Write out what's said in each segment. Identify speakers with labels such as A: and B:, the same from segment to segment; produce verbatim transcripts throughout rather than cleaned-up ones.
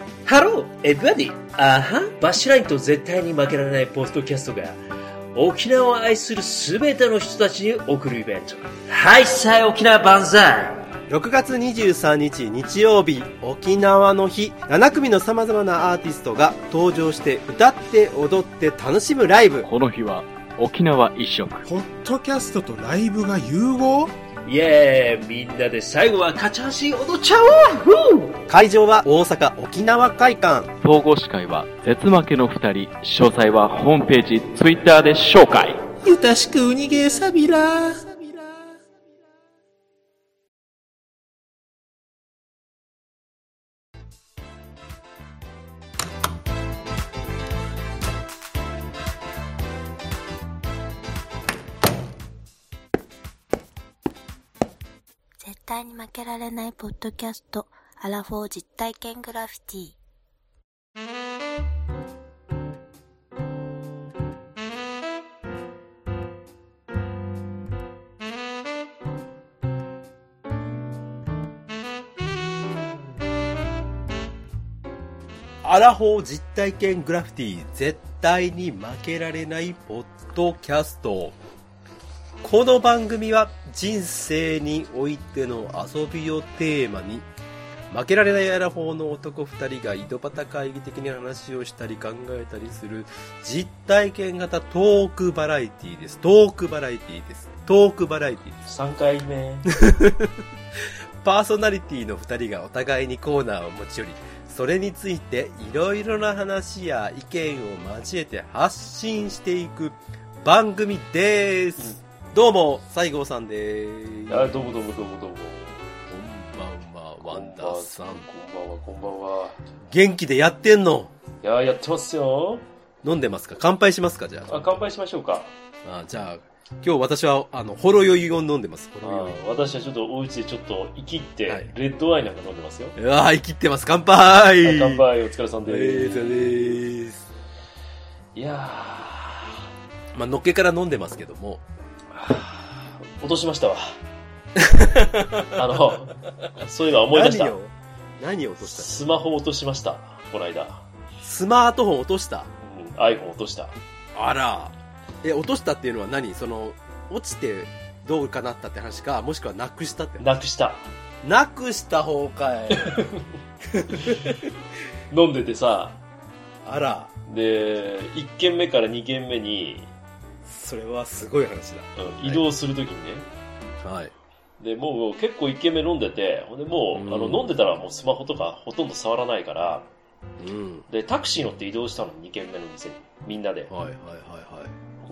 A: ハローエブリバディ。あはバッシュラインと絶対に負けられないポッドキャストが沖縄を愛するすべての人たちに送るイベント。はいさい沖縄万歳。
B: ろくがつにじゅうさんにち日曜日、沖縄の日、ななくみの様々なアーティストが登場して歌って踊って楽しむライブ。
C: この日は沖縄一色。
D: ポッドキャストとライブが融合。
A: イエーイ、みんなで最後はカチャンシ踊っちゃおう。
B: 会場は大阪沖縄会館。
C: 総合司会は絶負けのふたり。詳細はホームページ、ツイッターで紹介。
D: ゆたしくうにげさびら。
E: 絶対に負けられないポッドキャスト、アラフォー実体験グラフィティ。
B: アラフォー実体験グラフィティ、絶対に負けられないポッドキャスト。この番組は人生においての遊びをテーマに、負けられないアラフォーの男二人が井戸端会議的に話をしたり考えたりする実体験型トークバラエティです。トークバラエティです。トークバラエティです。
A: さんかいめ。
B: パーソナリティの二人がお互いにコーナーを持ち寄り、それについていろいろな話や意見を交えて発信していく番組です。うん、どうも西郷さんでーす。
F: あ、どうもどうもどうもどうも。
B: こんばんはワンダーさん。
F: こんばんはこんばんは。
B: 元気でやってんの？
F: いやーやってますよ。
B: 飲んでますか？乾杯しますか？じゃあ。
F: あ、乾杯しましょうか。
B: あ、じゃあ今日私はあのほろ酔いを飲んでます。ほろ酔い。
F: 私はちょっとお家でちょっと生きってレッドワインなんか飲んでますよ。
B: うわー生きってます。乾杯。
F: 乾杯お疲れさんでーす。
B: お疲れです。
F: いや
B: ーまあのっけから飲んでますけども。
F: 落としましたわ。あの、そういうのは思い出した。
B: 何を何を落とした？
F: スマホ落としました、この間。
B: スマートフォン落とした？
F: うん、iPhone 落とした。
B: あら。え、落としたっていうのは何？その、落ちてどうかなったって話か、もしくはなくしたって話？
F: なくした。
B: なくした方かい。
F: 飲んでてさ。
B: あら。
F: で、いっけんめからにけんめに、
B: それはすごい話だ。
F: うん、移動するときにね。
B: はい。
F: で、もう結構いっけんめ飲んでて、ほんでもう、うん、あの飲んでたらもうスマホとかほとんど触らないから、うん、で、タクシー乗って移動したの、にけんめの店に。みんなで。
B: はいはいはいはい。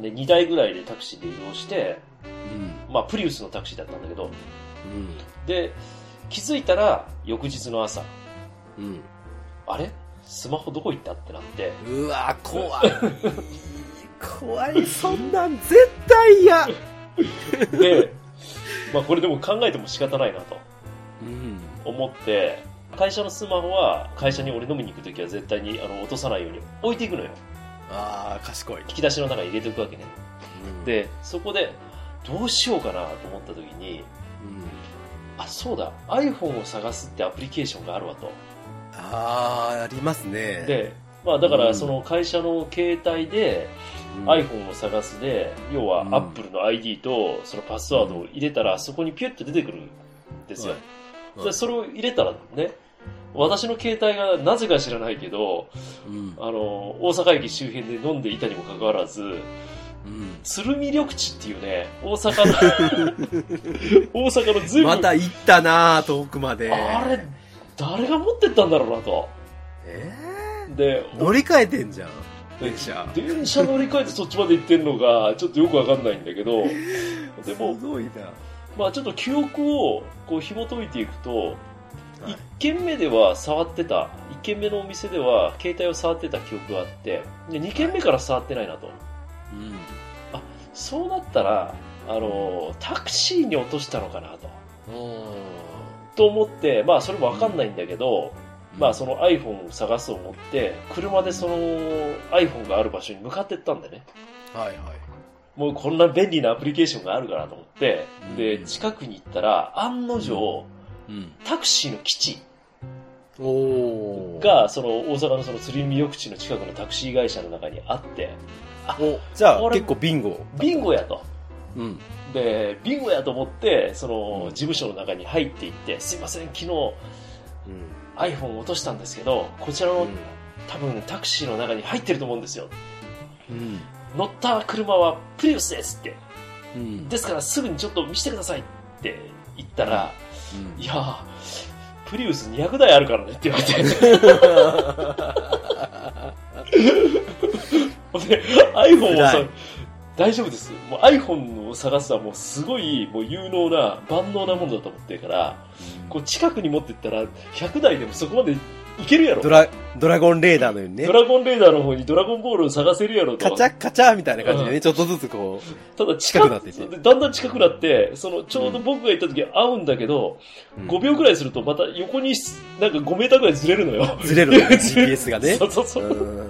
F: で、にだいぐらいでタクシーで移動して、うん、まあプリウスのタクシーだったんだけど、うん、で、気づいたら翌日の朝、うん、あれスマホどこ行ったってなって。
B: うわ怖い。怖い、そんなん絶対嫌。
F: で、まあこれでも考えても仕方ないなと思って、会社のスマホは会社に俺飲みに行くときは絶対にあの落とさないように置いていくのよ。
B: ああ、賢い。
F: 引き出しの中に入れておくわけね。うん、で、そこでどうしようかなと思ったときに、うん、あ、そうだ、iPhone を探すってアプリケーションがあるわと。
B: ああ、ありますね。
F: で、まあだからその会社の携帯で、うん、iPhone を探すで、要は Apple の アイディー とそのパスワードを入れたら、そこにピュッと出てくるんですよ。はいはい、でそれを入れたらね、私の携帯がなぜか知らないけど、うん、あの、大阪駅周辺で飲んでいたにもかかわらず、うん、鶴見緑地っていうね、大阪の、大阪のずいぶん。
B: また行ったなぁ、遠くまで。
F: あれ、誰が持ってったんだろうなと。え
B: ー、で、乗り換えてんじゃん。電車。
F: 電車乗り換えてそっちまで行ってんのか、ちょっとよくわかんないんだけど、でも、
B: すごいな。
F: まあちょっと記憶をこう紐解いていくと、いっけんめでは触ってた、いっけんめのお店では携帯を触ってた記憶があって、でにけんめから触ってないなと。うん、あ、そうなったら、あの、タクシーに落としたのかなと。と思って、まあそれもわかんないんだけど、うん、まあその iPhone を探すと思って、車でその iPhone がある場所に向かってったんでね。はいはい。もうこんな便利なアプリケーションがあるからと思って、うん、で、近くに行ったら、案の定、うん、タクシーの基地
B: お
F: が、その大阪のその鶴見緑地の近くのタクシー会社の中にあって、
B: おじゃあ結構ビンゴ。
F: ビンゴやと。
B: うん。
F: で、ビンゴやと思って、その、事務所の中に入っていって、すいません、昨日、うん、iPhone 落としたんですけど、こちらの、うん、多分タクシーの中に入ってると思うんですよ。うん、乗った車はプリウスですって。うん、ですからすぐにちょっと見せてくださいって言ったら、うん、いやー、プリウスにひゃくだいあるからねって言われて。で、iPhone をさ、大丈夫です。もう iPhone を探すのはもうすごいもう有能な万能なものだと思ってるから、うん、こう近くに持ってったらひゃくだいでもそこまでいけるやろ。
B: ドラ、ドラゴンレーダーのようにね。
F: ドラゴンレーダーの方にドラゴンボールを探せるやろと。
B: カチャカチャみたいな感じでね、うん、ちょっとずつこう、
F: ただ
B: 近くなっていって。
F: だんだん近くなって、その、ちょうど僕が行った時合うんだけど、うん、ごびょうくらいするとまた横になんかごメーターくらいずれるのよ。
B: ずれるのよ、ジーピーエス がね。
F: そうそうそう。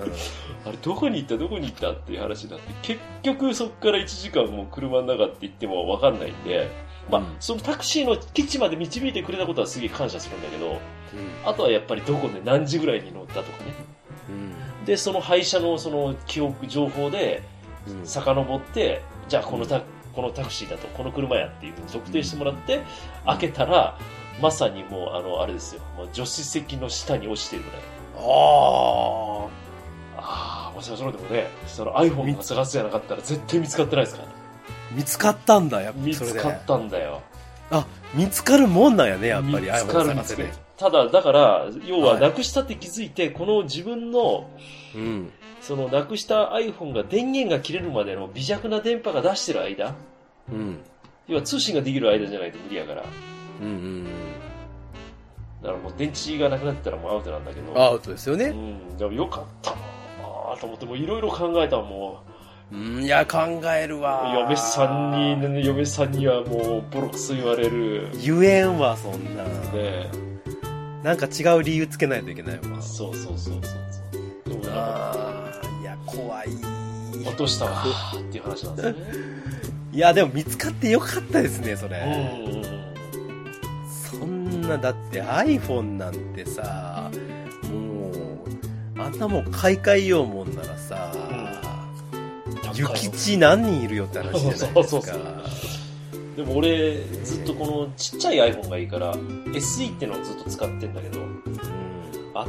F: あれ、どこに行ったどこに行ったっていう話になって、結局そこからいちじかんも車の中って言ってもわかんないんで、まあ、うん、そのタクシーの基地まで導いてくれたことはすげえ感謝するんだけど、うん、あとはやっぱりどこで何時ぐらいに乗ったとかね。うん、で、その配車のその記憶、情報で、遡って、うん、じゃあこのタ、このタクシーだとこの車やっていうふうに特定してもらって、開けたら、まさにもう、あの、あれですよ、もう助手席の下に落ちてるぐらい。ああ。ああ、もしかしたらでもね、その iPhone が探すじゃなかったら絶対見つかってないですからね。
B: 見つかったんだ、やっぱり。
F: 見つかったんだよ。
B: あ、見つかるもんなんやね、やっぱり
F: iPhone 探せて。ただ、だから、要は、なくしたって気づいて、はい、この自分の、うん、その、なくした iPhone が電源が切れるまでの微弱な電波が出してる間、うん、要は通信ができる間じゃないと無理やから。うんうんうん、だからもう電池がなくなったらもうアウトなんだけど。
B: アウトですよね。うん、
F: でもよかったなぁと思って、もういろいろ考えたもう。
B: うん、いや、考えるわ。
F: 嫁さんに、ね、嫁さんにはもうボロクソ言われる。
B: 言えんわ、そんな。ね、なんか違う理由つけないといけないわ。
F: そうそうそうそうそう。
B: ああ、いや、怖い。
F: 落としたわっていう話なんですよね。
B: いや、でも見つかってよかったですね、それ。うんうん、そんな、だって iPhone なんてさ、もう、あんなもん買い替えようもんならさ、諭吉何人いるよって話じゃないですか。そうそうそう。
F: でも俺、ずっとこのちっちゃい iPhone がいいから、エスイー ってのをずっと使ってんだけど、うん、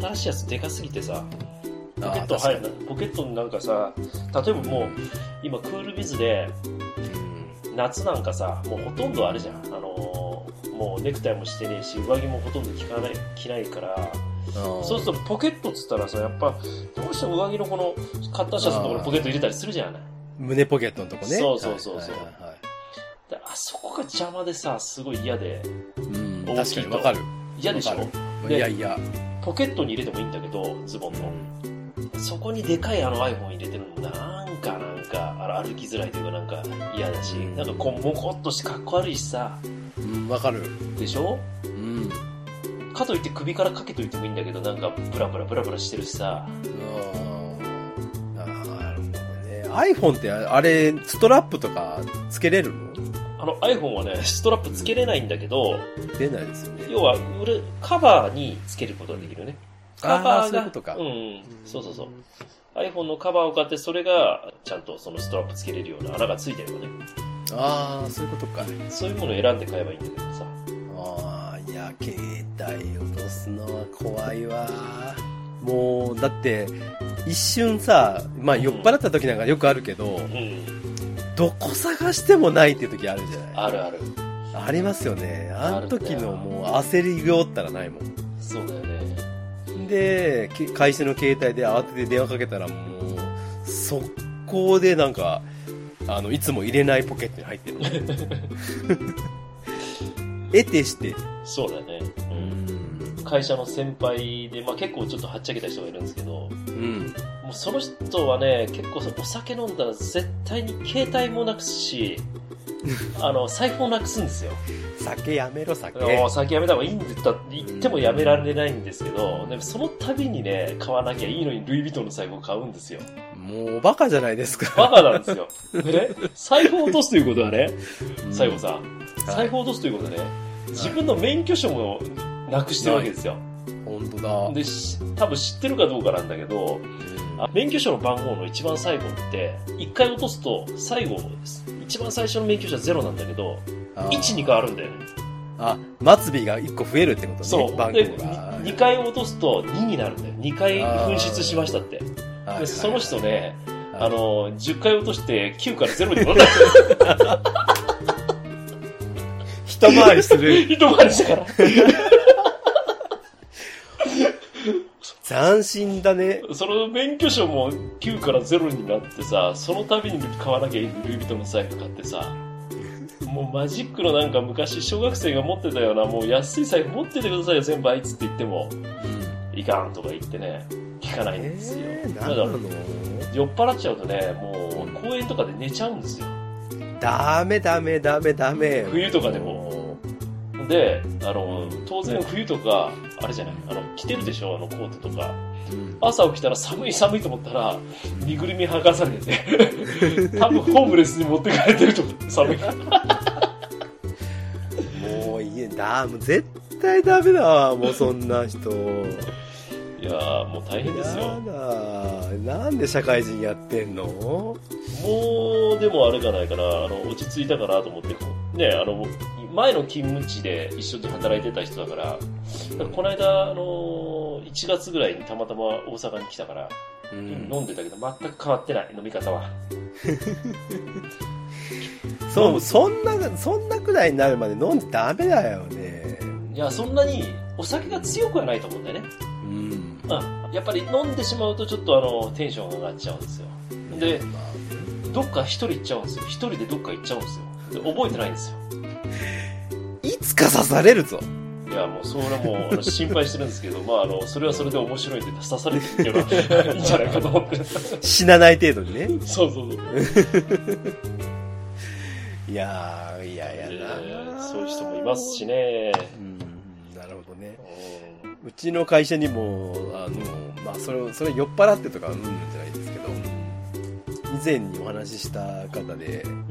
F: 新しいやつでかすぎてさ、ポケット入る、ポケットになんかさ、例えばもう、今クールビズで、うん、夏なんかさ、もうほとんどあれじゃん。あのー、もうネクタイもしてねえし、上着もほとんど着かない、着ないから、そうするとポケットっつったらさ、やっぱ、どうしても上着のこの、カッターシャツのところにポケット入れたりするじゃない。
B: 胸ポケットのとこね。
F: そうそうそうそう。はいはいはい、であそこが邪魔でさ、すごい嫌で。
B: うん、確かにわかる。
F: 嫌でしょ。
B: いやいや。
F: ポケットに入れてもいいんだけど、ズボンの。うん、そこにでかいあの iPhone 入れてるのなんかなんか、歩きづらいというかなんか嫌だし、うん、なんかこう、もこっとしてかっこ悪いしさ。
B: うん、わかる。
F: でしょ？うん。かといって首からかけといてもいいんだけど、なんかブラブラブラブラしてるしさ。
B: iPhone ってあれストラップとかつけれるの？
F: あの iPhone はねストラップつけれないんだけど、
B: 出ないですよね。
F: 要はカバーにつけることができるね。カバーが、
B: そういうことか。
F: うん、そうそうそう。iPhone のカバーを買ってそれがちゃんとそのストラップつけれるような穴がついてるのね。
B: ああ、そういうことか。
F: そういうものを選んで買えばいいんだけどさ。
B: ああ、いや携帯落とすのは怖いわ。もうだって一瞬さ、まあ酔っ払った時なんかよくあるけど、うん、どこ探してもないっていう時あるじゃない。
F: あるある。
B: ありますよね。あの時のもう焦りよったらないもん。
F: そうだよね。
B: で、会社の携帯で慌てて電話かけたらもう速攻でなんかあのいつも入れないポケットに入ってる得てして。
F: そうだよね。うん、会社の先輩で、まあ、結構ちょっとはっちゃけた人がいるんですけど、うん、もうその人はね結構お酒飲んだら絶対に携帯もなくすしあの財布をなくすんですよ。
B: 酒やめろ酒。
F: 酒やめた方がいいんだったって言ってもやめられないんですけど、でもその度にね買わなきゃいいのにルイ・ヴィトンの財布を買うんですよ。
B: もうバカじゃないですか。
F: バカなんですよ。でね、財布を落とすということはね、西郷さん、財布を落とすということはね、自分の免許証もなくしてるわけですよ。
B: 本当だ。
F: で、多分知ってるかどうかなんだけど、あ免許証の番号の一番最後って、一回落とすと最後です。一番最初の免許証はゼロなんだけど、いちに変わるんだよね。
B: あ、末尾がいっこ増えるってことね。
F: そう。
B: 番号
F: で、
B: が。
F: にかい落とすとにになるんだよ。にかい紛失しましたって。でその人ね、あの、じゅっかい落としてきゅうからゼロに戻った。
B: 一回りする。
F: 一回りしたから。
B: 斬新だね。
F: その免許証もきゅうからゼロになってさ、その度に買わなきゃいいルイ・ヴィトンの財布買ってさ、もうマジックのなんか昔小学生が持ってたような、もう安い財布持っててくださいよ全部あいつって言っても、うん、いかんとか言ってね、聞かないんですよ。えー、だから酔っ払っちゃうとね、もう公園とかで寝ちゃうんですよ。
B: ダメダメダメダメ。
F: 冬とかでも。で、あの、当然冬とか、あれじゃない、あの、着てるでしょ、あのコートとか。うん、朝起きたら寒い寒いと思ったら、身ぐるみ剥がされてて、多分ホームレスに持ってかれてると思って、寒いから。
B: もういいだ、もう絶対ダメだわ、もうそんな人。
F: いやー、もう大変ですよ。や
B: だ、なんで社会人やってんの？も
F: う、でもあれじゃないかな、あの、落ち着いたかなと思って、ね、あの、前の勤務地で一緒に働いてた人だから、からこの間、あの、いちがつぐらいにたまたま大阪に来たから、うん、飲んでたけど、全く変わってない、飲み方は。
B: そう、そんな、そんなくらいになるまで飲んでダメだよね。
F: いや、そんなにお酒が強くはないと思うんだよね。うん。うん。やっぱり飲んでしまうとちょっとあの、テンションが上がっちゃうんですよ。で、どっか一人行っちゃうんですよ。一人でどっか行っちゃうんですよ。で、覚えてないんですよ。
B: いつか刺されるぞ。
F: いや、もうそれはもうあの心配してるんですけど、まああの、それはそれで面白いんで刺されてるっていうのはいいんじゃないかと思って。
B: 死なない程度にね。
F: そうそうそう。
B: いやー、いやいやな、
F: えー、そういう人もいますしね。
B: うん、なるほどね。うちの会社にも、あの、まあそれ、それ酔っ払ってとかうんじゃないですけど、以前にお話しした方で、うん、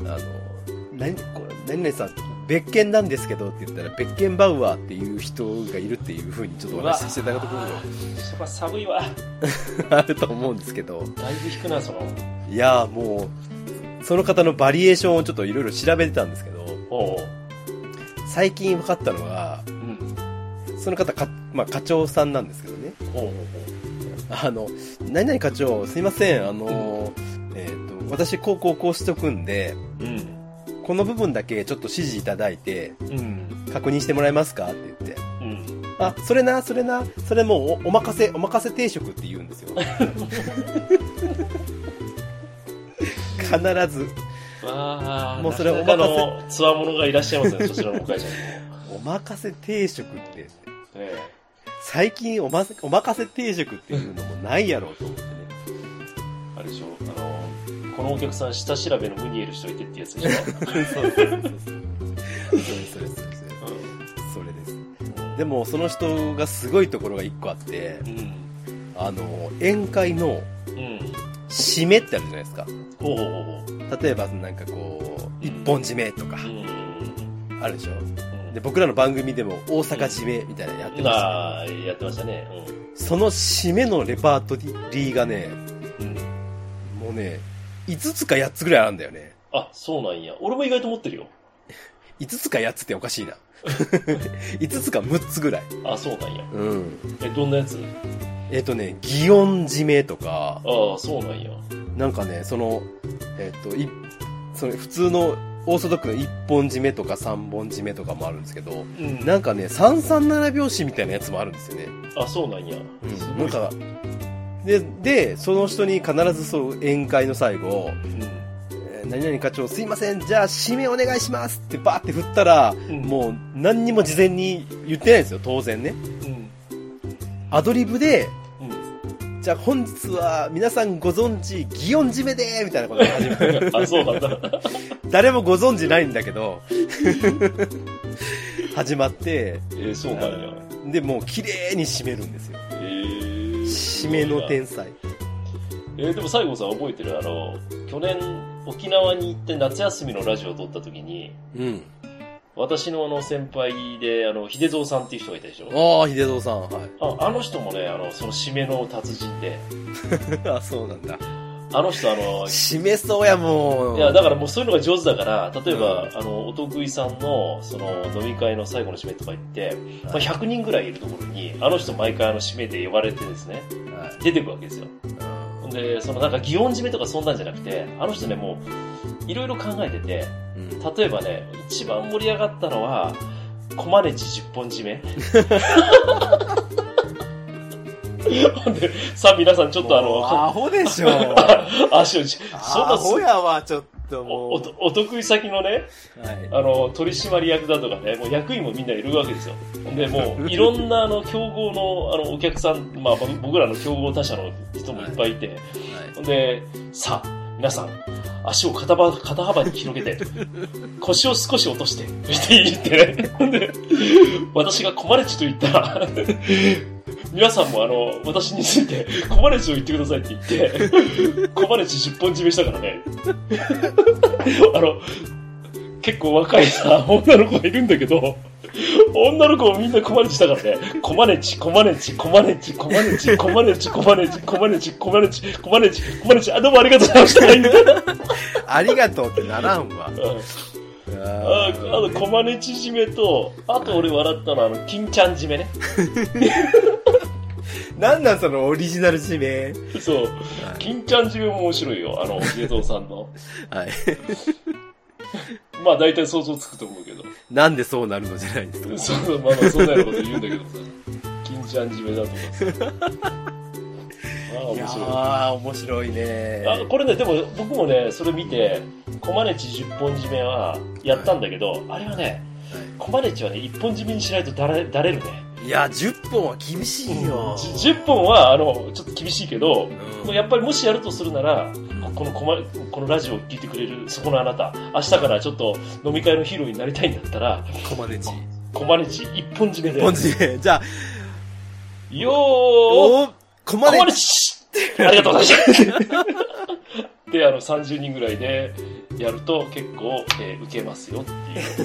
B: あの、何、これ、何々さん、別件なんですけどって言ったら、ベッケンバウアーっていう人がいるっていう風にちょっとお話ししてたところが、
F: そこは寒いわ。
B: あると思うんですけど。
F: だいぶ引くな、その。
B: いやーもう、その方のバリエーションをちょっといろいろ調べてたんですけど、おう最近分かったのが、うん、その方か、まあ課長さんなんですけどね。おうおうおうあの、何々課長、すいません、あの、うん、えっと、私こうこうこうしとくんで、うんこの部分だけちょっと指示いただいて、うん、確認してもらえますかって言って、うん、あ、それな、それな、それもう お, お任せ、お任せ定食って言うんですよ。必ず。
F: わ
B: もうそれお
F: 任せ。のつわものがいらっしゃいますね、そちらの会社に。
B: お任せ定食って、え
F: え、
B: 最近おまお任せ定食っていうのもないやろうと思ってね。
F: あれでしょ、あの、このお客さん下調べのムニエルしといてってやつでしょ。そうそうそうそう。それそれそれそれ。うん、それです。でもその人がすごいところが一個あって、うん、あの宴会の締めってあるじゃないですか。うん、例えばなんかこう一本締めとか、うん、あるでしょ。で僕らの番組でも大阪締めみたいなのやってました、ね。 ああ、やってましたね。
B: うん、その締めのレパートリーがね、うん、もうね。いつつかやっつぐらいあるんだよね。
F: あ、そうなんや。俺も意外と持ってるよ。
B: いつつかやっつっておかしいな。いつつかむっつぐらい。
F: あ、そうなんや。
B: うん。
F: え、どんなやつ？
B: えっとね、祇園締めとか。
F: ああ、そうなんや。
B: なんかね、その、えっと、い、それ普通のオーソドックの一本締めとか三本締めとかもあるんですけど、うん、なんかね、三三七拍子みたいなやつもあるんですよね。
F: あ、そうなんや。
B: うん。なんか、で、で、その人に必ずそう宴会の最後、うんえー、何々課長すいません、じゃあ締めお願いしますってバーって振ったら、うん、もう何にも事前に言ってないんですよ、当然ね。うん、アドリブで、うん、じゃあ本日は皆さんご存知、祇園締めでーみたいなことが始まる。
F: あ、そうなんだ。
B: 誰もご存知ないんだけど、始まって、
F: えー、そうなんや。
B: で、もう綺麗に締めるんですよ。
F: えー
B: 締めの天才。
F: えー、でも西郷さん覚えてる？あの去年沖縄に行って夏休みのラジオを撮った時に、うん、 私のあの先輩で、あの、秀蔵さんっていう人がいたでしょ。
B: ああ、秀蔵さん、はい。
F: ああの人もね、あの、その締めの達人で。
B: あ、そうなんだ。
F: あの人あの、
B: 締めそうやもん。
F: いや、だからもうそういうのが上手だから、例えば、うん、あの、お得意さんの、その、飲み会の最後の締めとか行って、はい、まあ、ひゃくにんぐらいいるところに、あの人毎回あの締めで呼ばれてですね、はい、出てくわけですよ。うん、で、そのなんか擬音締めとかそんなんじゃなくて、あの人ね、もう、いろいろ考えてて、うん、例えばね、一番盛り上がったのは、コマネチじゅっぽん締め。ほんで、さあ皆さんちょっとあの、
B: アホでしょ。
F: 足を、
B: アホやわ、ちょっともう。
F: お、お得意先のね、はい、あの、取締役だとかね、もう役員もみんないるわけですよ。で、もう、いろんなあの、競合の、あの、お客さん、まあ、僕らの競合他社の人もいっぱいいて、はいはい、で、さあ、皆さん、足を肩幅、肩幅に広げて、腰を少し落として、って言ってね。ほんで、私がコマネチと言ったら、皆さんもあの、私について、コマネチを言ってくださいって言って、コマネチじゅっぽん締めしたからね。あの、結構若いさ、女の子がいるんだけど、女の子もみんなコマネチしたからね。コマネチ、コマネチ、コマネチ、コマネチ、コマネチ、コマネチ、コマネチ、コマネチ、コマネチ、コマネチ、あ、どうもありがとうございました。
B: ありがとうってならんわ。
F: ああの、コマネチ締めと、あと俺笑ったのは、あの、金ちゃん締めね。
B: なんなんそのオリジナル締め。
F: そう。金ちゃん締めも面白いよ。あの、芸蔵さんの。はい。まあ大体想像つくと思うけど。
B: なんでそうなるのじゃないですか。
F: そう、まあまあそんなようなこと言うんだけどさ。金ちゃん締めだと思うんですよ。ああ、面白い。
B: ああ、面白いね。
F: あ、これね、でも僕もね、それ見て、コマネチじゅっぽん締めはやったんだけど、はい、あれはね、はい、コマネチはね、いっぽん締めにしないとだれ、だれるね。
B: いや、じゅっぽんは厳しいよ。
F: じゅっぽんは、あの、ちょっと厳しいけど、うん、もうやっぱりもしやるとするなら、このコマ、このラジオを聞いてくれる、そこのあなた、明日からちょっと飲み会のヒーローになりたいんだったら、
B: コマネチ。
F: コマネチいっぽん締めで。
B: いっぽん締め。じゃあ、
F: よー、
B: コマネチ。
F: コマネチありがとうございました。で、あの、さんじゅうにんぐらいでやると結構、えー、受けますよっていう。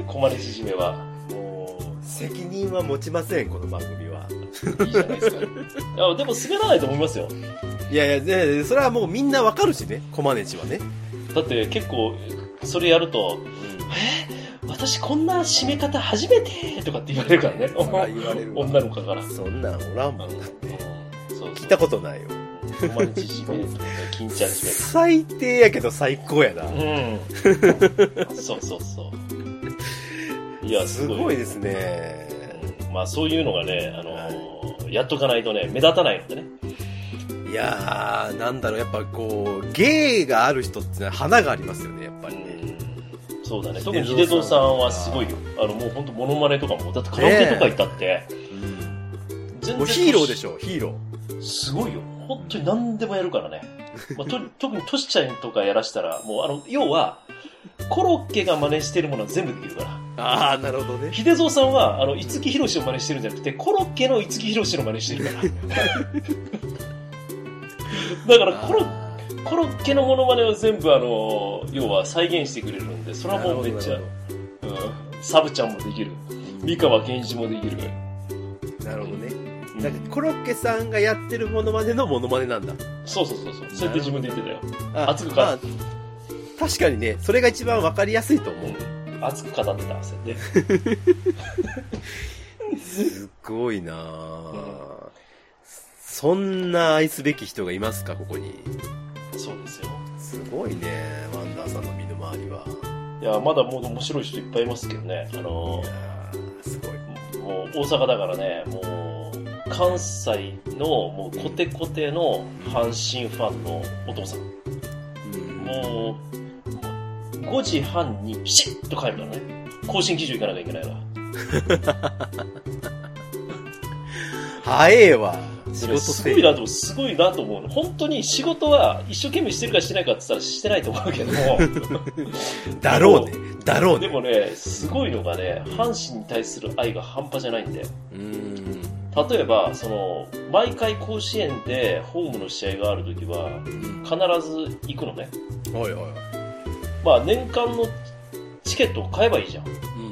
F: コマネチ締めは。
B: もう、責任は持ちません、この番組は。
F: いいじゃないですか。いや、でも滑らないと思いますよ。
B: いやいや、で、それはもうみんなわかるしね、コマネチはね。
F: だって結構、それやると、うん、えー、私こんな締め方初めてとかって言われるからね。
B: 言われる
F: 女の子から。
B: そんなんおらんもんだって。そうそう聞いたことないよ。
F: コマネチ締めとか、金ちゃん締め。
B: 最低やけど最高やな。うん。
F: そうそうそう。いや、すごい。
B: すごいですね。
F: まあそういうのがね、あのー、やっとかないとね、目立たないのでね。
B: いやー、なんだろう、やっぱこう、芸がある人って花がありますよね、やっぱりね。
F: うん、そうだね。特に秀蔵さんはすごいよ。あの、もうほんとモノマネとかも、だってカラオケとか行ったって、ね、
B: 全然ヒーローでしょ、ヒーロ
F: ー。すごいよ。本当に何でもやるからね。まあ、と特にトシちゃんとかやらしたら、もうあの、要は、コロッケが真似してるものは全部できるから。
B: ああ、なるほどね。
F: 秀蔵さんは、あの、五木ひろしを真似してるんじゃなくて、コロッケの五木ひろしの真似してるから。だからコロ、コロッケのモノマネを全部あの、要は再現してくれるんで、それはもうめっちゃ、うん、サブちゃんもできる。三河健一もできる。
B: なるほどね。だってコロッケさんがやってるモノマネのモノマネなんだ。
F: そうそうそうそう。そうやって自分で言ってたよ。熱く語
B: って。確かにね、それが一番わかりやすいと思う。
F: うん、熱く語ってた、そうやって。
B: すごいなぁ、うん。そんな愛すべき人がいますか、ここに。
F: そうですよ。
B: すごいね、ワンダーさんの身の回りは。
F: いや、まだもう面白い人いっぱいいますけどね。あの
B: ー、すごい。
F: もう大阪だからね、もう、関西のもうコテコテの阪神ファンのお父さん。うん、もう、ごじはんにピシッと帰るからね。更新基準行かなきゃいけないから。
B: 早えわ。
F: 仕事すごいなと、すごいなと思うの。本当に仕事は一生懸命してるかしてないかって言ったらしてないと思うけども。
B: だろうね。だろうね。
F: でもね、すごいのがね、阪神に対する愛が半端じゃないんだよ。うーん。例えば、その、毎回甲子園でホームの試合があるときは、必ず行くのね。
B: はいはい。
F: まあ、年間のチケットを買えばいいじゃん。うん。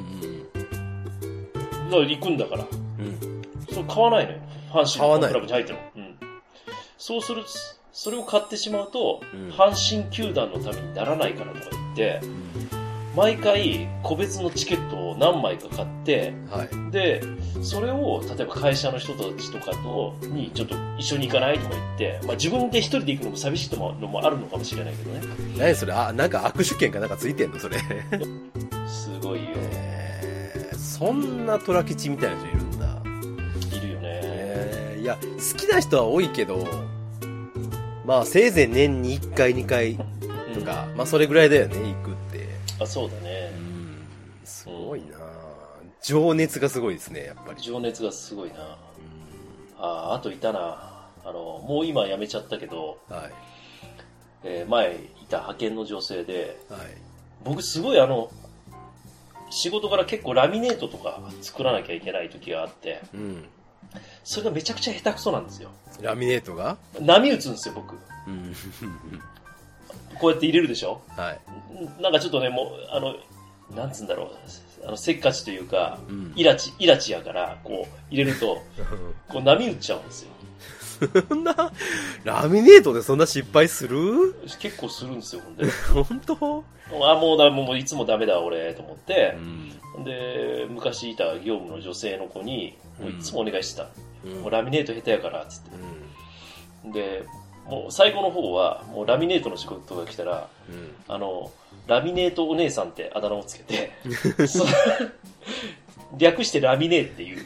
F: から行くんだから。
B: うん。
F: それ買わないのよ。阪神のクラブに入ってるの。うん。そうする、それを買ってしまうと、うん、阪神球団のためにならないからとか言って、うん、毎回個別のチケットを何枚か買って、はい、で、それを例えば会社の人たちとかとにちょっと一緒に行かないとか言って、まあ自分で一人で行くのも寂しいのもあるのかもしれないけどね。
B: 何それ、あ、なんか握手券かなんかついてんのそれ。
F: すごいよ。
B: えー、そんな虎吉みたいな人いるんだ。
F: いるよね。
B: えー、いや、好きな人は多いけど、まあせいぜい年にいっかいにかいとか、うん、まあそれぐらいだよね、行くって。
F: あ、そうだね。
B: うん、すごいな、うん、情熱がすごいですね、やっぱり。
F: 情熱がすごいな、うん、あ、あといたな、あの、もう今辞めちゃったけど、はい、えー、前いた派遣の女性で、はい、僕すごいあの、仕事から結構ラミネートとか作らなきゃいけない時があって、うん、それがめちゃくちゃ下手くそなんですよ。
B: ラミネートが
F: 波打つんですよ、僕。うん、こうやって入れるでしょ、はい、なんかちょっとね、もう、あの、なんつうんだろう、あの、せっかちというか、うん、イラチ、イラチやから、こう、入れると、こう、波打っちゃうんですよ。
B: そんな、ラミネートでそんな失敗する？
F: 結構するんですよ、ほんで。
B: 本当？
F: あ、もうだ、もういつもダメだ、俺、と思って、うん、で、昔いた業務の女性の子に、もういつもお願いしてた。うん、もうラミネート下手やから、つって。うん、で、もう最後の方は、もうラミネートの仕事が来たら、うん、あの、ラミネートお姉さんってあだ名をつけて、略してラミネーっていう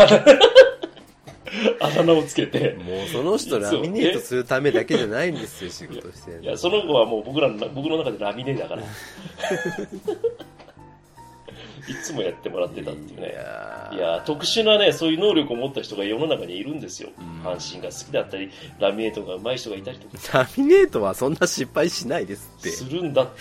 F: あだ名をつけて。
B: もうその人ラミネートするためだけじゃないんですよ、仕事してるの。
F: いや、その子はもう僕らの、僕の中でラミネーだから。いつもやってもらってたっていうね。いや, いや特殊なね、そういう能力を持った人が世の中にいるんですよ。うん、阪神が好きだったり、ラミネートが上手い人がいたりとか。
B: ラミネートはそんな失敗しないですって。
F: するんだって。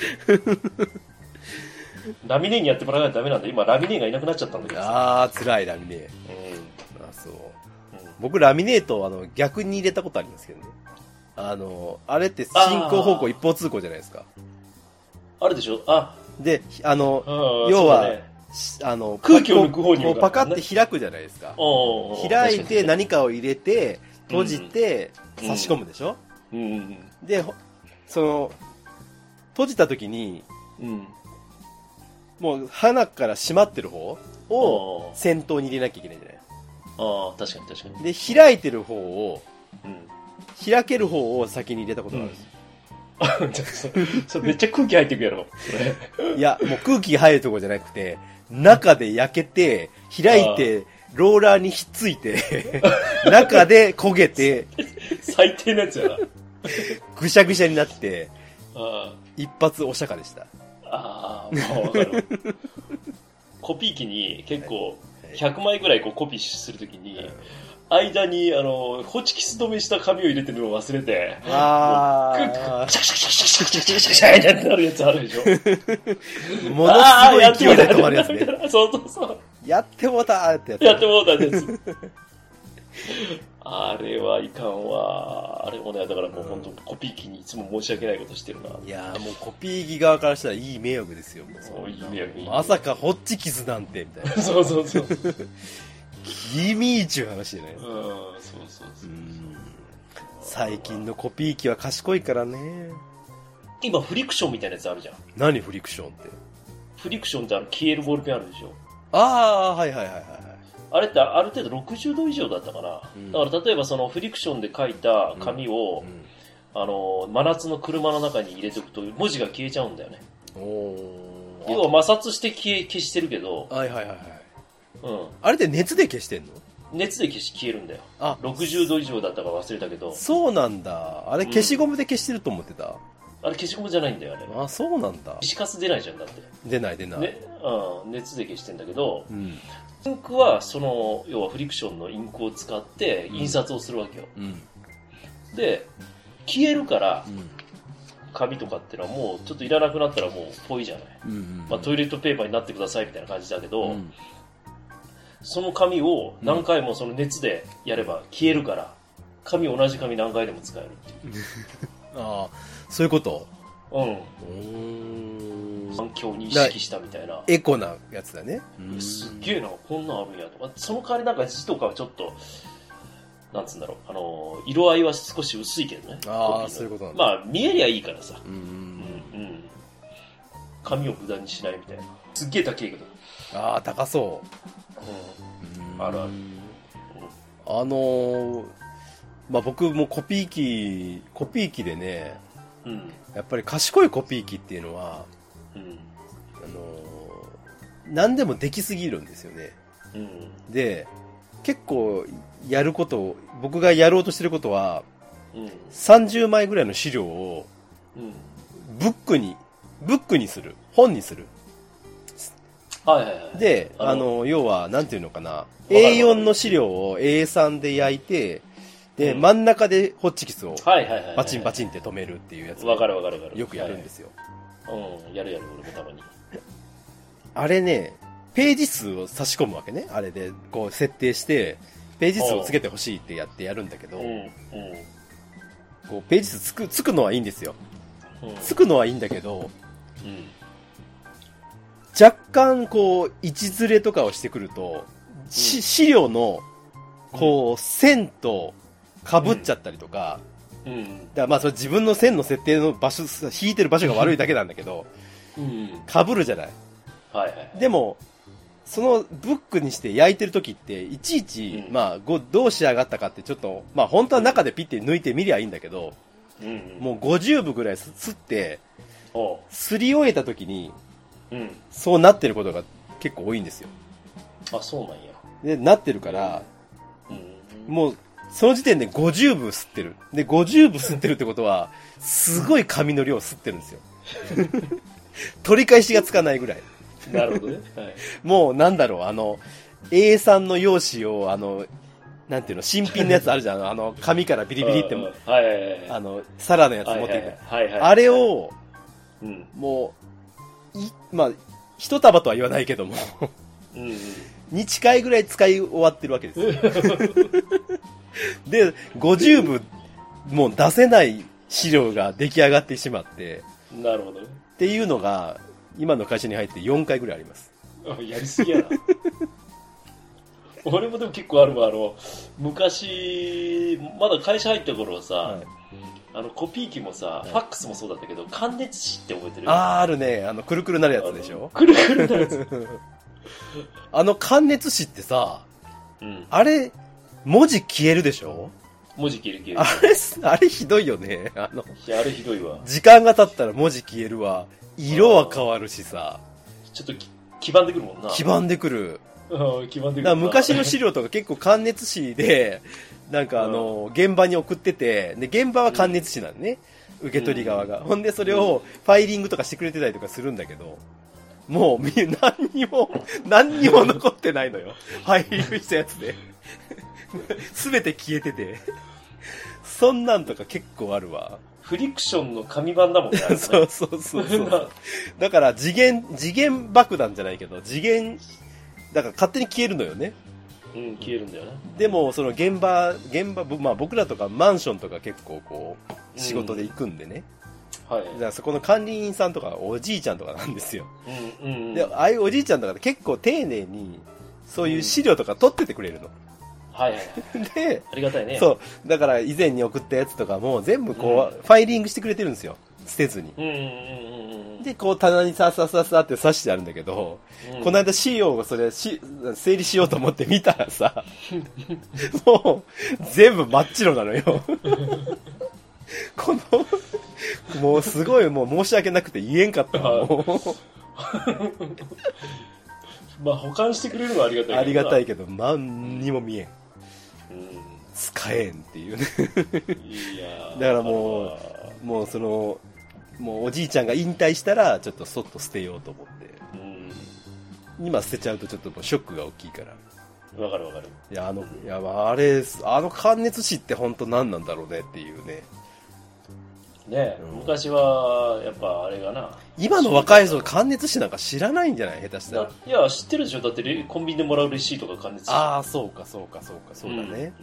F: ラミネーにやってもらわないとダメなんだ。今ラミネーがいなくなっちゃったんだけど。
B: あー、辛いラミネー。うん。あ、そう。うん、僕ラミネートをあの逆に入れたことありますけどね。あの、あれって進行方向一方通行じゃないですか。
F: あるでしょ。あ。で、
B: あの、要は、あの
F: 空気を抜く方に向かって、ね、
B: パカって開くじゃないですか。開いて何かを入れて閉じて差し込むでしょ、うんうん、でその閉じた時に、うん、もう鼻から閉まってる方を先頭に入れなきゃいけないじゃない。
F: ああ、確かに確かに。
B: で開いてる方を、うん、開ける方を先に入れたことがあるんですよ。
F: うん、それめっちゃ空気入ってくやろ。
B: いや、もう空気入るとこじゃなくて、中で焼けて、開いて、ローラーにひっついて、中で焦げて、
F: 最低なやつやな。
B: ぐしゃぐしゃになって、あ一発お釈迦でした。
F: ああ、まあわかる。コピー機に結構、ひゃくまいぐらいこうコピーするときに、はい、間に、あの、ホチキス止めした紙を入れてるのを忘れて、ああ。シャシャシャシャシャシャシャシャシャシャってなるやつあるでしょ。ものすごい勢いで止まるやつね。そうそうそう。やってもうたーってやつ。
B: やって
F: もうたです。あれはいかんわ。あれもね、だからもう本当コピー機にいつも申し訳ないことしてるな。
B: いやーもうコピー機側からしたらいい迷惑ですよ。もう
F: そう、いい迷惑。
B: まさかホッチキスなんて、みたいな。
F: そうそうそう。
B: 君ーちゅう話でね。うん、そう
F: そうそう。
B: 最近のコピー機は賢いからね。
F: 今フリクションみたいなやつあるじゃん。
B: 何フリクションって？
F: フリクションってあの消えるボールペンあるでしょ。
B: ああ、はいはいはいはい。
F: あれってある程度ろくじゅうど以上だったかな。うん、だから例えばそのフリクションで書いた紙を、うんうん、あの真夏の車の中に入れておくと文字が消えちゃうんだよね。お要は摩擦して消え消してるけど。
B: はいはいはいはい。うん。あれって熱で消してんの？
F: 熱で消し消えるんだよ。あ、ろくじゅうど以上だったか忘れたけど。
B: そうなんだ。あれ消しゴムで消してると思ってた。うん、
F: あれ消しゴムじゃないんだよ、あれ。
B: あ、そうなんだ。
F: 消しカス出ないじゃん、だって。
B: 出ない出ない。
F: ね、うん、熱で消してんだけど、うん、インクはその、要はフリクションのインクを使って印刷をするわけよ。うん、で、消えるから、うん、紙とかってのはもうちょっといらなくなったらもうポイじゃない。うんうんうん、まあ、トイレットペーパーになってくださいみたいな感じだけど、うん、その紙を何回もその熱でやれば消えるから、紙同じ紙何回でも使えるっていう。
B: ああ、そういうこと？
F: うん。
B: うーん。
F: 環境に意識したみたいな。
B: エコなやつだね。
F: すっげえな、こんなんあるんやとか。その代わりなんか字とかはちょっと、なんつうんだろう、あの、色合いは少し薄いけどね。
B: ああ、そういうことなんだ。
F: まあ、見えりゃいいからさ。
B: うんうん
F: うん。うん。紙を無駄にしないみたいな。すっげえ高いけど。
B: ああ、高そ
F: うん。
B: う。
F: あるある。
B: あのー、まあ、僕もコピー機、コピー機でね、
F: うん。
B: やっぱり賢いコピー機っていうのは、
F: うん。
B: あのー、何でもできすぎるんですよね。
F: うん。
B: で、結構やることを、僕がやろうとしてることは、
F: うん。
B: さんじゅうまいぐらいの資料を、
F: うん。
B: ブックに、ブックにする。本にする。
F: はいはいはい。
B: で、あの、要は、なんていうのかな。エーよん の資料を エースリー で焼いて、で、
F: うん、
B: 真ん中でホッチキスを
F: はいはいはい。
B: バチンバチンって止めるっていうやつ。
F: わかるわかるわかる。
B: よくやるんですよ。
F: はい、うん、やるやる、俺もたまに。
B: あれね、ページ数を差し込むわけね。あれで、こう設定して、ページ数をつけてほしいってやってやるんだけど、
F: うん、うん。
B: こうページ数つく、つくのはいいんですよ。
F: うん、
B: つくのはいいんだけど、
F: うん、
B: 若干こう、位置ずれとかをしてくると、し、うん、資料の、こう、線と被っちゃったりとか、
F: うん。
B: だからまあそれ自分の線の設定の場所、引いてる場所が悪いだけなんだけど、
F: うん。
B: 被るじゃない。
F: はいはい。
B: でも、そのブックにして焼いてる時って、いちいち、うん、まあ、ごどう仕上がったかってちょっと、まあ本当は中でピッて抜いてみりゃいいんだけど、うんうん、もうごじゅうぶぐらいすって、すり終えた時に、うん、そうなってることが結構多いんですよ。
F: あ、そうなんや。
B: で、なってるから、うん、もう、その時点でごじゅうぶ吸ってる。で、ごじゅうぶ吸ってるってことは、すごい紙の量吸ってるんですよ。取り返しがつかないぐらい。
F: なるほどね。はい、
B: もう、なんだろう、あの、エースリー の用紙を、あの、なんていうの、新品のやつあるじゃん。あの、紙からビリビリって、はいはいはい、あの、皿のやつ持っていく。はいはいはい、あれを、うん、もう、い、まあ、一束とは言わないけども、うんうん、に近いぐらい使い終わってるわけですよ。で、ごじゅうぶもう出せない資料が出来上がってしまって、
F: なるほどね。
B: っていうのが、今の会社に入ってよんかいぐらいあります。
F: あ、やりすぎやな。俺もでも結構あるわ。あの、昔、まだ会社入った頃はさ、はい、あの、コピー機もさ、はい、ファックスもそうだったけど、感熱紙って覚えてる？
B: あー、あるね。あの、くるくるなるやつでしょ？
F: くるくるなるやつ。
B: あの、感熱紙ってさ、うん、あれ、文字消えるでしょ？
F: 文字消える消える。
B: あれ、あれひどいよね。あの、
F: いや、あれひどいわ。
B: 時間が経ったら文字消えるわ。色は変わるしさ。
F: ちょっと黄ばんでくるもんな。
B: 黄ばんでくる。
F: 黄ばんでくる。
B: だから昔の資料とか結構感熱紙で、なんかあの、現場に送ってて、で、現場は感熱紙なんね。うん、受け取り側が。ほんでそれをファイリングとかしてくれてたりとかするんだけど、もう、何にも、何にも残ってないのよ。ファイリングしたやつで。すべて消えてて。そんなんとか結構あるわ。
F: フリクションの紙版だもんね。
B: そうそうそうそう。だから次元、次元爆弾じゃないけど、次元、だから勝手に消えるのよね。
F: うん、消えるんだよね。
B: でも、その現場、現場、まあ僕らとかマンションとか結構こう、仕事で行くんでね。うん、はい。だからそこの管理員さんとかおじいちゃんとかなんですよ。うんうんうん、で、ああいうおじいちゃんとか結構丁寧に、そういう資料とか取っててくれるの。うん
F: はいはい。で、ありがたいね。
B: そう。だから以前に送ったやつとかも全部こう、うん、ファイリングしてくれてるんですよ。捨てずに。うんうんうんうん、で、こう棚にささささって刺してあるんだけど、うん、この間資料をそれし、整理しようと思って見たらさ、もう全部真っ白なのよ。この、もうすごいもう申し訳なくて言えんかったの。
F: まあ保管してくれるのはありがたいけど。
B: ありがたいけど、何にも見えん。使えんっていうね。いやだからもう、もうその、もうおじいちゃんが引退したら、ちょっとそっと捨てようと思って。うん、今捨てちゃうとちょっともうショックが大きいから。
F: わかるわかる。
B: いや、あの、いや、あれ、あの感熱紙って本当何なんだろうねっていうね。
F: ね、うん、昔は、やっぱあれがな。
B: 今の若い人、感熱紙なんか知らないんじゃない？下手したら。
F: いや、知ってるでしょ。だってコンビニでもらうレシートが感熱紙。
B: ああ、そうか、そうか、そうか、そうだね。
F: うんうんう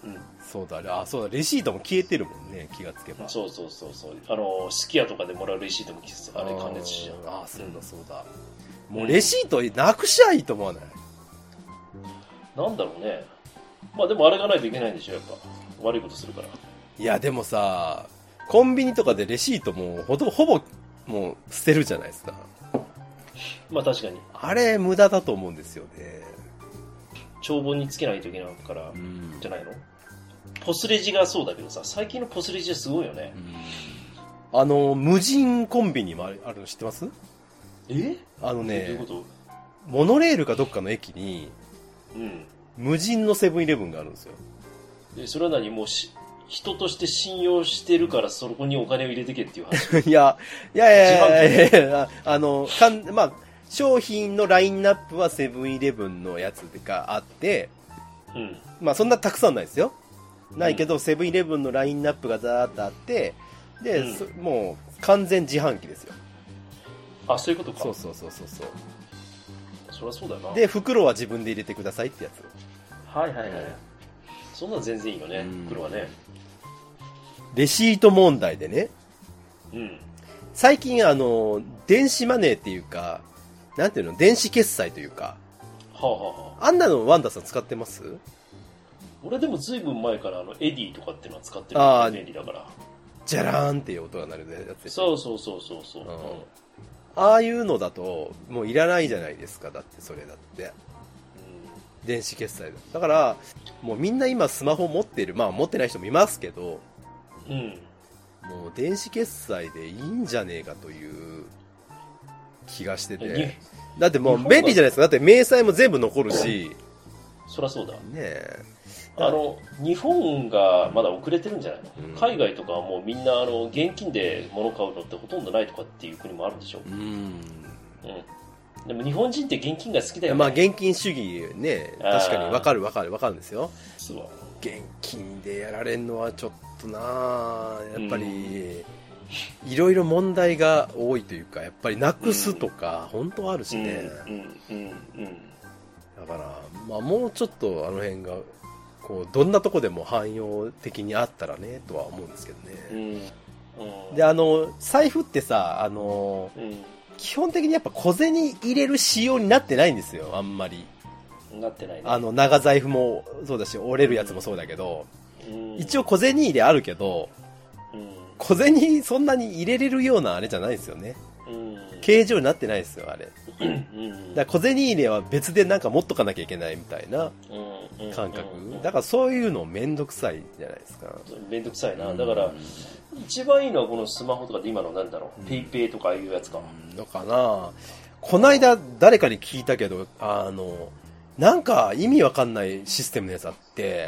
F: うん。
B: そうだ、あ、そうだ、レシートも消えてるもんね、気がつけば。
F: そうそうそうそう。あの、すき家とかでもらうレシートもあれ関熱紙じゃん。
B: ああ、そうだそうだ。もうレシートなくしゃいいと思わない？
F: なんだろうね。まあでもあれがないといけないんでしょ、やっぱ。悪いことするから。
B: いや、でもさ、コンビニとかでレシートもほぼ、ほぼ、もう捨てるじゃないですか。
F: まあ確かに。
B: あれ、無駄だと思うんですよね。
F: 帳簿につけないといけないから、
B: うん
F: じゃないの？ポスレジがそうだけどさ、最近のポスレジはすごいよね。
B: あの、無人コンビニもあるあるの知ってます？
F: え
B: あの
F: どういう
B: ね
F: こ、と？
B: モノレールかどっかの駅に、
F: うん。
B: 無人のセブンイレブンがあるんですよ。
F: で、それは何もうし、人として信用してるからそこにお金を入れてけっていう話。
B: いや、いやいやいやいや、あの、かん、まあ、商品のラインナップはセブンイレブンのやつがあって、
F: うん。
B: まあそんなたくさんないですよ。ないけど、セブンイレブンのラインナップがザーッとあって、で、
F: うん
B: そもう完全自販機ですよ。
F: あ、そういうことか。
B: そうそうそうそうそう。
F: そりゃそうだよな。
B: で、袋は自分で入れてくださいってやつ。
F: はいはいはい。そんなの全然いいよね
B: うん、
F: 袋はね。
B: レシート問題でね、
F: うん。
B: 最近あの、電子マネーっていうか、なんていうの、電子決済というか、
F: はあはあはあ。
B: あんなのワンダさん使ってます？
F: 俺でもずいぶん前からあの、エディとかっていうのは使ってる
B: あー
F: 便利だから。
B: じゃらーんっていう音が鳴るやつですよ。
F: そうそうそうそうそう。
B: うんああいうのだと、もういらないじゃないですか、だってそれだって。電子決済だ。だから、もうみんな今スマホ持ってる、まあ持ってない人もいますけど、
F: うん。うん。
B: もう電子決済でいいんじゃねえかという気がして
F: に
B: て。だってもう便利じゃないですか。だって明細も全部残るし、
F: そりゃそうだ。
B: ねえ。
F: あの、日本がまだ遅れてるんじゃないの、
B: うん
F: 海外とかはもうみんなあの、現金で物買うのってほとんどないとかっていう国もあるんでしょ
B: うん。
F: うん。でも日本人って現金が好きだよね。
B: まあ現金主義ね、確かにわかるわかるわかるんですよ。
F: そう
B: 現金でやられるのはちょっとなあやっぱり、いろいろ問題が多いというか、やっぱりなくすとか、本当あるしね。
F: うん、うん、うん、うん。
B: だから、まあもうちょっとあの辺が、こう、どんなとこでも汎用的にあったらね、とは思うんですけど
F: う
B: ね。
F: ん。うん。
B: で、あの、財布ってさ、あの、
F: うん。
B: 基本的にやっぱ小銭入れる仕様になってないんですよ、あんまり。
F: なってないね。
B: あの、長財布もそうだし、折れるやつもそうだけど、
F: うん、
B: 一応小銭入れあるけど、
F: うん、
B: 小銭そんなに入れれるようなあれじゃないですよね。
F: うん。
B: 形状になってないですよ、あれ。
F: うん。
B: だから小銭入れは別でなんか持っとかなきゃいけないみたいな
F: うん、
B: 感覚
F: うん。
B: だからそういうのめんどくさいじゃないですか。
F: めんどくさいな。だから、一番いいのはこのスマホとかで今のなんだろう、ペイペイとかああいうやつか。
B: のかなこないだ誰かに聞いたけど、あの、なんか意味わかんないシステムのやつあって、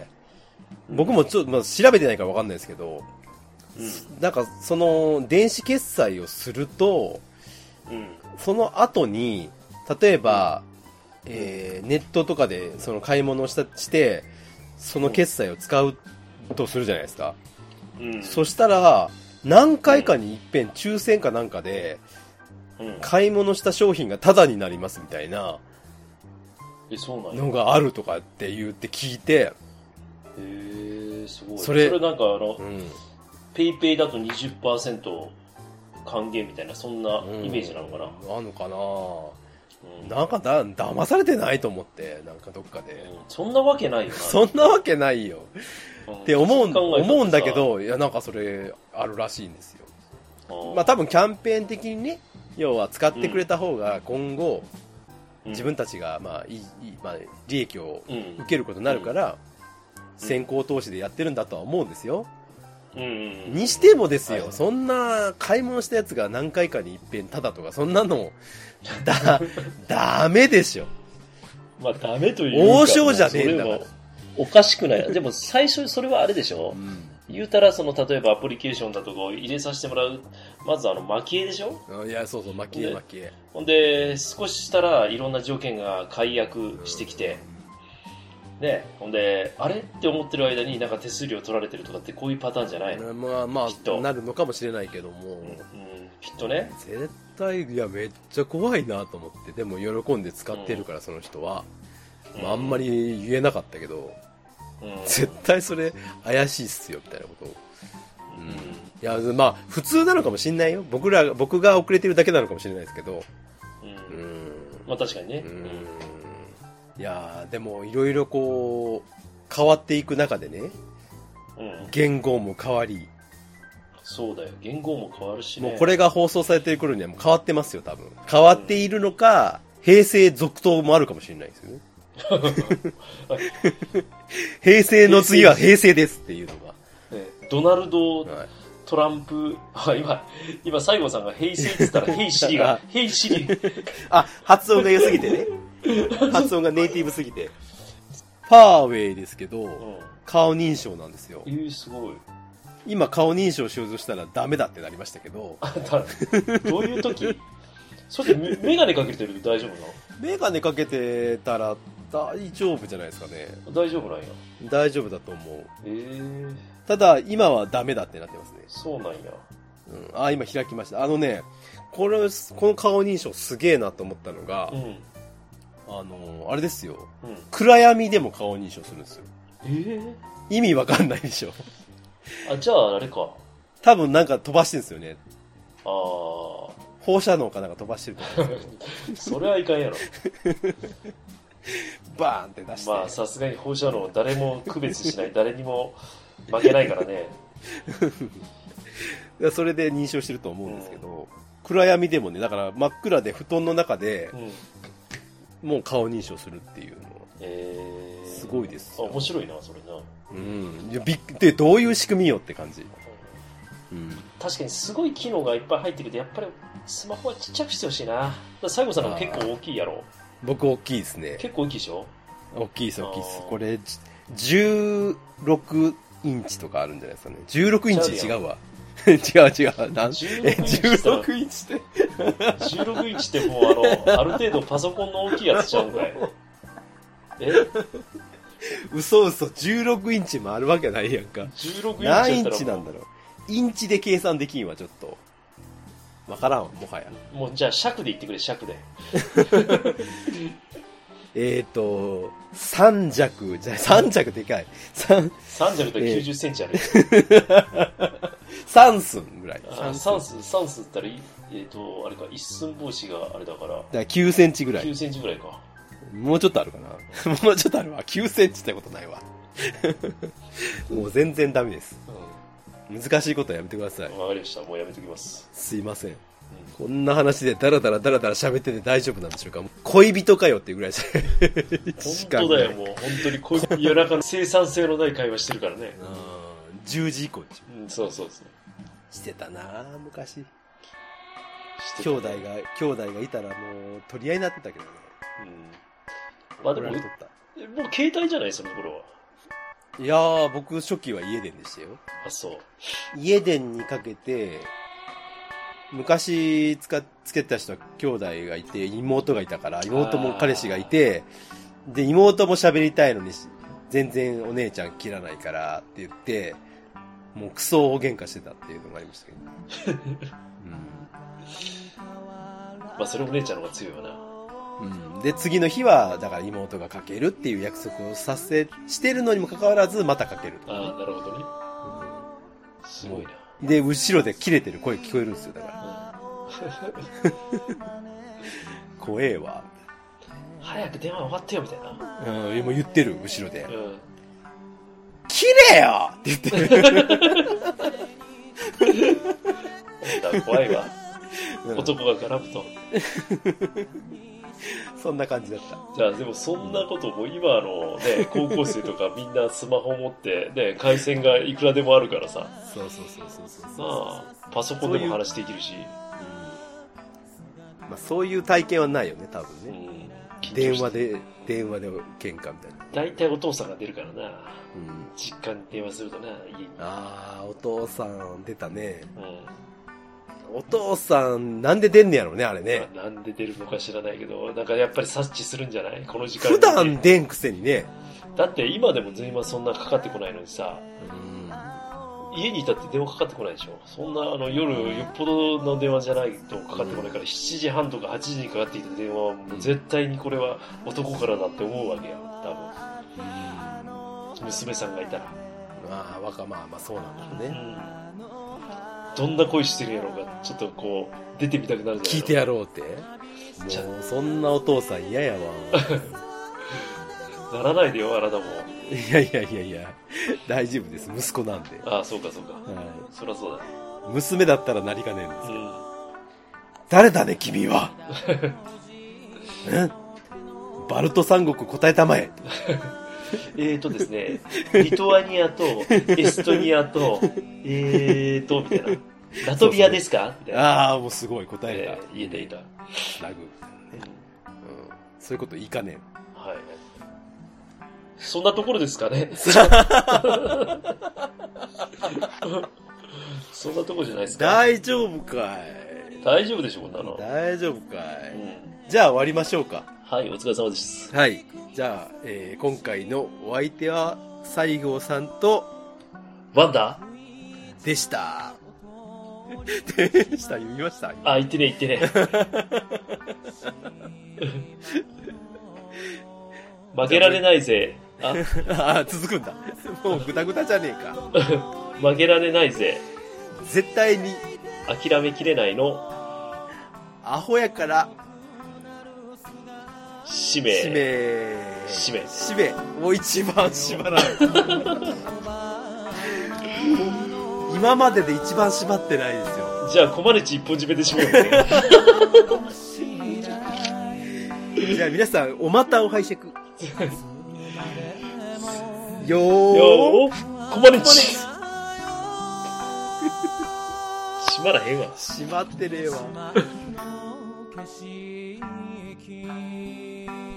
B: 僕もちょっと、まあ、調べてないからわかんないですけど、
F: うん。
B: なんかその電子決済をすると、
F: うん。
B: その後に、例えば、えーネットとかでその買い物をしたして、その決済を使うとするじゃないですか。
F: うん。
B: そしたら、何回かに一遍抽選かなんかで、
F: うん。
B: 買い物した商品がタダになりますみたいな
F: え、そうなんや。
B: のがあるとかって言って聞いて、
F: へえ、すごい。
B: それ
F: それなんかあの、
B: うん。
F: ペイペイだと にじゅっパーセント 還元みたいな、そんなイメージなのかな。
B: うんあんのかな
F: うん
B: なんかだ、騙されてないと思って、なんかどっかで。
F: うんそんなわけないよな。
B: そんなわけないよ。
F: うん
B: って思うん、
F: 考えたらさ
B: 思うんだけ、ど、いや、なんかそれ、あるらしいんですよ。
F: うん
B: まあ多分キャンペーン的にね、要は使ってくれた方が今後、
F: うん
B: 自分たちが、まあ、いい、いいまあ、利益を
F: うん
B: 受けることになるから、先行投資でやってるんだとは思うんですよ。
F: うんうん
B: にしてもですよ、
F: はい
B: そんな買い物したやつが何回かに一遍ただとか、そんなの、だ、ダメでしょ。
F: まあダメというか
B: 王将じゃねえんだから
F: それもおかしくない。でも最初それはあれでしょ、言うたらその例えばアプリケーションだとこう入れさせてもらう、まずあの蒔絵でしょ。
B: あいや、そうそう、巻き絵
F: で
B: 巻き絵。
F: ほんで少ししたらいろんな条件が解約してきて、ね、ほんであれって思ってる間になんか手数料取られてるとかってこういうパターンじゃないの、
B: まあま
F: きっと
B: あ、なるのかもしれないけども、
F: うん、きっとね。
B: 絶対、いや、めっちゃ怖いなと思って、でも喜んで使ってるから、その人は。まあ、あんまり言えなかったけど、
F: うん、
B: 絶対それ怪しいっすよみたいなことを、うん、いやまあ普通なのかもしれないよ。僕ら僕が遅れてるだけなのかもしれないですけど、
F: うん、
B: うん、
F: まあ確かにね、
B: うん、いやでもいろいろこう変わっていく中でね、うん、言語も変わり、
F: そうだよ、言語も変わるしね。
B: もうこれが放送されてる頃にはもう変わってますよ多分。変わっているのか、うん、平成続投もあるかもしれないですよね。平成の次は平成ですっていうのが、
F: ね、ドナルド、はい、トランプ、あ、今今西郷さんが平成って言ったらヘイシリがヘイシリ
B: あ、発音が良すぎてね発音がネイティブすぎてパーウェイですけど、うん、顔認証なんですよ。
F: えー、すごい。
B: 今顔認証しようとしたらダメだってなりましたけど
F: どういう時それってメガネかけてると大丈夫なの？
B: メガネかけてたら大丈夫じゃないですかね。
F: 大丈夫なんや。
B: 大丈夫だと思う。
F: えー、
B: ただ今はダメだってなってますね。
F: そうなんや。
B: うん、あ、今開きました。あのね、これこの顔認証すげえなと思ったのが、うん、あのあれですよ、うん、暗闇でも顔認証するんですよ。
F: えー、
B: 意味わかんないでしょ。
F: あ、じゃああれか。
B: 多分なんか飛ばしてるんですよね。
F: ああ。
B: 放射能かなんか飛ばしてると思うんですけど
F: それはいかんやろ
B: バーンって出して、
F: まあさすがに放射能誰も区別しない誰にも負けないからね
B: それで認証してると思うんですけど、うん、暗闇でもね、だから真っ暗で布団の中で、うん、もう顔認証するっていうの、えー、すごいですよ。
F: あ、面白いなそれな。
B: うん、びでどういう仕組みよって感じ、
F: うん、確かにすごい機能がいっぱい入ってるけど、やっぱりスマホはちっちゃくしてほしいな。西郷さんが結構大きいやろ。
B: 僕大きいですね。
F: 結構大きいでしょ。
B: 大きいです大きいです。これじゅうろくインチとかあるんじゃないですかね。じゅうろくインチ違うわ違う違うなんじゅうろくインチって
F: じゅうろくインチってもうあのある程度パソコンの大きいやつちゃうんかい。え
B: 嘘嘘じゅうろくインチもあるわけないやんか。
F: じゅうろくインチやったら
B: 何インチなんだろう。インチで計算できんわ。ちょっとわからんわ、もはや。
F: もうじゃあ尺で言ってくれ、尺で
B: えっと三尺じゃ三尺でかい。三
F: 三尺ときゅうじゅっセンチある、え
B: ー、三寸ぐらい。
F: あ、三寸三寸ったらえっ、ー、とあれか、一寸法師があれだから、だから
B: きゅうセンチぐらい。
F: きゅうセンチぐらいか。
B: もうちょっとあるかなもうちょっとあるわ。きゅうセンチってことないわもう全然ダメです、うん、難しいことはやめてください。
F: わかりました。もうやめときます。
B: すいません、うん、こんな話でダラダラダラダラ喋ってて大丈夫なんでしょうか。恋人かよっていうぐらいじゃ
F: 本当だよ、もう本当に恋人夜中の生産性のない会話してるからね
B: じゅうじ以降でしょ、
F: うん、そうそうそう
B: してたな昔。兄弟が兄弟がいたらもう取り合いになってたけどね。
F: うん、まあでももう携帯じゃないその頃は。
B: いやー、僕初期は家電でしたよ。
F: あ、そう。
B: 家電にかけて昔つかつけた人は兄弟がいて妹がいたから、妹も彼氏がいて、で妹も喋りたいのに全然お姉ちゃん切らないからって言ってもうクソ大喧嘩してたっていうのがありましたけど、うん、
F: まあそれお姉ちゃんの方が強いわな。
B: うん、で次の日はだから妹がかけるっていう約束をさせしてるのにもかかわらずまたかけると。
F: ああ、なるほどね、うん、すごいな。
B: で後ろで切れてる声聞こえるんですよ。だから、うん、怖えわ、
F: 早く電話終わってよみたいな、
B: うん、今言ってる後ろで、うん、切れよって言って
F: る怖いわ、うん、男が絡むと
B: そんな感じだった。
F: じゃあでもそんなことも今のね高校生とかみんなスマホ持ってね回線がいくらでもあるからさ、
B: そうそうそうそうそう
F: そう、ああパソコンでも話できるし、
B: うん、まあそういう体験はないよね多分ね、うん、電話で電話で喧嘩みたいな。
F: 大体お父さんが出るからな、うん、実家に電話するとな、家に。
B: ああお父さん出たね、
F: うん、
B: お父さんなんで出んねやろうねあれね、
F: まあ、なんで出るのか知らないけどなんかやっぱり察知するんじゃない、この時間に。
B: 普段出んくせにね。
F: だって今でも電話そんなかかってこないのにさ、うん、家にいたって電話かかってこないでしょ。そんなあの夜よっぽどの電話じゃないとかかってこないから、うん、しちじはんとかはちじにかかってきた電話はもう絶対にこれは男からだって思うわけや多分。 娘さんがいたら。
B: まあ、わか、まあまあそうなんだろうね。
F: うん。どんな恋してるやろうが、ちょっとこう、出てみたくなるじゃない
B: 聞いてやろうって。もう、そんなお父さん嫌やわ。
F: ならないでよ、あなたも。
B: いやいやいやいや、大丈夫です。息子なんで。
F: ああ、そうかそうか。
B: はい。
F: そりゃそうだね。
B: 娘だったらなりかねえんですけど。
F: うん。
B: 誰だね、君は。んバルト三国答えたまえ。
F: えーとですね、リトアニアとエストニアと、えーと、みたいな。ラトビアですかみたいな。
B: ああ、もうすごい答えた。
F: えー言えた言えた。
B: ラグ、ねうん。そういうこといいかね
F: はい。そんなところですかね。そんなところじゃないですか。
B: 大丈夫かい
F: 大丈夫でしょ、こんなの。
B: 大丈夫かい、
F: うん、
B: じゃあ終わりましょうか。
F: はい、お疲れ様です。
B: はい。じゃあ、えー、今回のお相手は西郷さんと
F: ワンダ
B: でした。でした言いました。
F: あ、言ってね言ってね。負けられないぜ。
B: ああ、続くんだ。もうグダグダじゃねえか。
F: 負けられないぜ。
B: 絶対に
F: 諦めきれないの。
B: アホやから
F: 使命。
B: 使命。
F: 使命。
B: 使命。もう一番縛らない。今までで一番縛ってないですよ。
F: じゃあ、コマネチ一本締めで締めようね。
B: じゃあ皆さん、お股を拝借。よー。
F: よー、コマネチ。閉まらへんわ。
B: 閉まってねえわ。